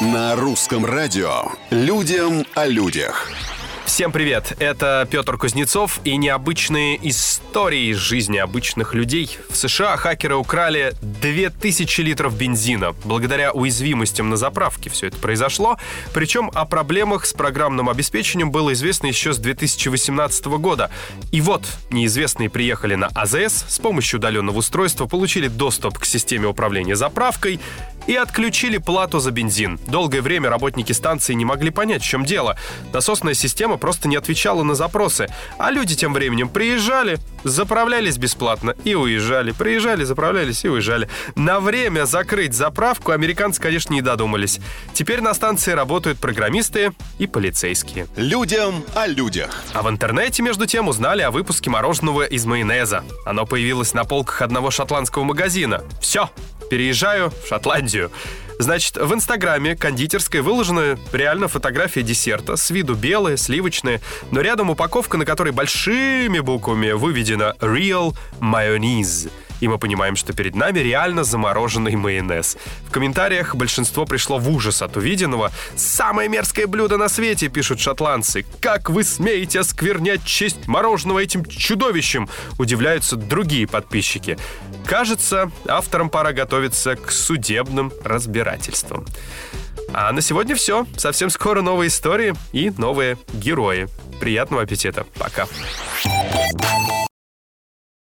На русском радио «Людям о людях». Всем привет, это Петр Кузнецов и необычные истории из жизни обычных людей. В США хакеры украли 2000 литров бензина. Благодаря уязвимостям на заправке все это произошло. Причем о проблемах с программным обеспечением было известно еще с 2018 года. И вот неизвестные приехали на АЗС, с помощью удаленного устройства получили доступ к системе управления заправкой и отключили плату за бензин. Долгое время работники станции не могли понять, в чем дело. Насосная система просто не отвечала на запросы. А люди тем временем приезжали, заправлялись бесплатно и уезжали. Приезжали, заправлялись и уезжали. На время закрыть заправку американцы, конечно, не додумались. Теперь на станции работают программисты и полицейские. Людям о людях. А в интернете, между тем, узнали о выпуске мороженого из майонеза. Оно появилось на полках одного шотландского магазина. Все, переезжаю в Шотландию. Значит, в Инстаграме кондитерской выложена реально фотография десерта. С виду белая, сливочная, но рядом упаковка, на которой большими буквами выведено «Real Mayonnaise». И мы понимаем, что перед нами реально замороженный майонез. В комментариях большинство пришло в ужас от увиденного. «Самое мерзкое блюдо на свете», — пишут шотландцы. «Как вы смеете осквернять честь мороженого этим чудовищем?» — удивляются другие подписчики. Кажется, авторам пора готовиться к судебным разбирательствам. А на сегодня все. Совсем скоро новые истории и новые герои. Приятного аппетита. Пока.